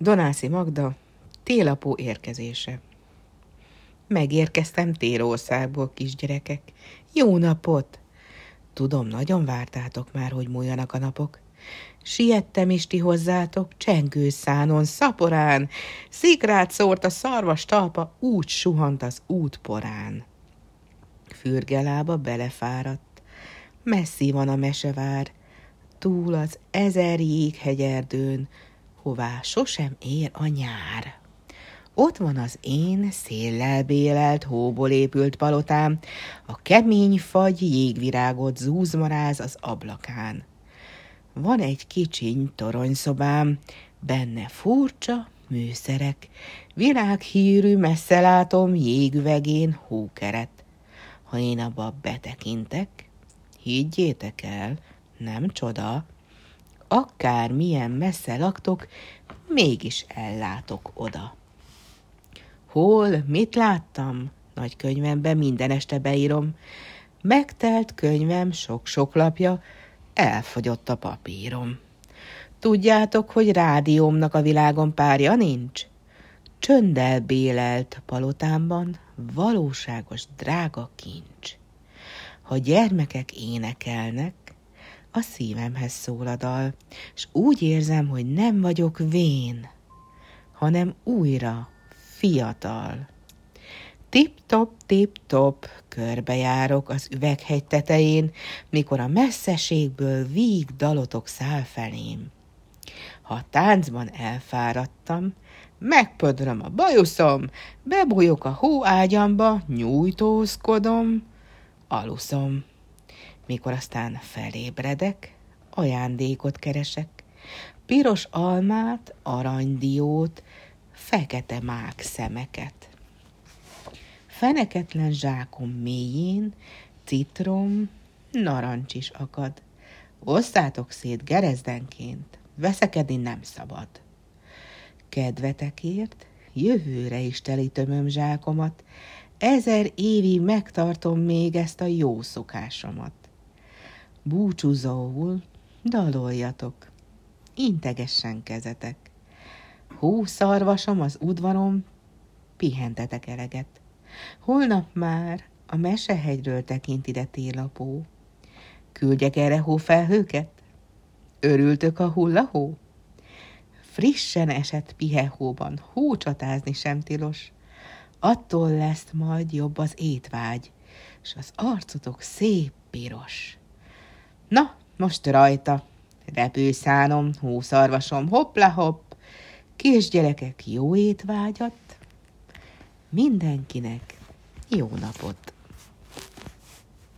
Donászi Magda, télapó érkezése. Megérkeztem Télországból, kisgyerekek. Jó napot! Tudom, nagyon vártátok már, hogy múljanak a napok. Siettem is ti hozzátok, csengőszánon, szaporán, szikrát szórt a szarvas talpa, úgy suhant az út porán. Fürgelába belefáradt, messzi van a mesevár, túl az 1000 jéghegyerdőn, hová sosem ér a nyár. Ott van az én széllel bélelt, hóból épült palotám, a kemény fagy jégvirágot zúzmaráz az ablakán. Van egy kicsiny toronyszobám, benne furcsa műszerek, világhírű messzelátom jégüvegén hókeret. Ha én abba betekintek, higgyétek el, nem csoda, akármilyen messze laktok, mégis ellátok oda. Hol, mit láttam? Nagy könyvemben minden este beírom. Megtelt könyvem sok-sok lapja, elfogyott a papírom. Tudjátok, hogy rádiómnak a világon párja nincs? Csönddel bélelt palotámban valóságos drága kincs. Ha gyermekek énekelnek, a szívemhez szól a dal, s úgy érzem, hogy nem vagyok vén, hanem újra fiatal. Tip-top, körbejárok az üveghegy tetején, mikor a messzeségből víg dalotok száll felém. Ha táncban elfáradtam, megpödröm a bajuszom, bebújok a hóágyamba, nyújtózkodom, aluszom. Mikor aztán felébredek, ajándékot keresek, piros almát, aranydiót, fekete mák szemeket. Feneketlen zsákom mélyén citrom, narancs is akad. Osztátok szét gerezdenként, veszekedni nem szabad. Kedvetekért jövőre is telítömöm zsákomat, 1000 évig megtartom még ezt a jó szokásomat. Búcsúzóul daloljatok, integessen kezetek. Hószarvasom az udvarom, pihentetek eleget. Holnap már a Mesehegyről tekint ide télapó. Küldjek erre hófelhőket? Örültök a hullahó? Frissen esett pihehóban hócsatázni sem tilos. Attól lesz majd jobb az étvágy, s az arcotok szép piros. Na, most rajta, repőszánom, hószarvasom, hoppla-hopp, kisgyerekek, jó étvágyat, mindenkinek jó napot!